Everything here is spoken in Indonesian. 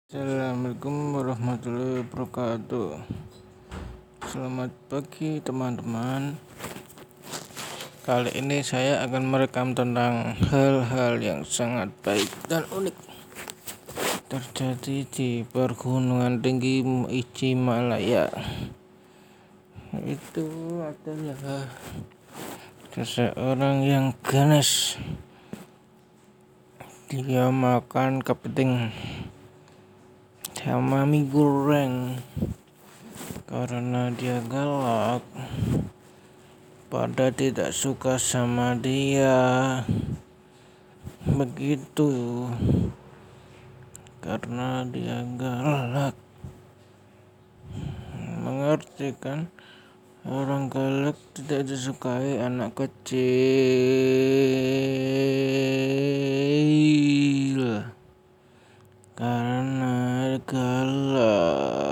Assalamualaikum warahmatullahi wabarakatuh. Selamat pagi teman-teman. Kali ini saya akan merekam tentang hal-hal yang sangat baik dan unik terjadi di pergunungan tinggi Himalaya. Itu adalah seseorang yang ganas. Dia makan kepiting sama mie goreng karena dia galak. Pada tidak suka sama dia begitu karena dia galak. Mengerti kan? Orang galak tidak disukai anak kecil karena galak.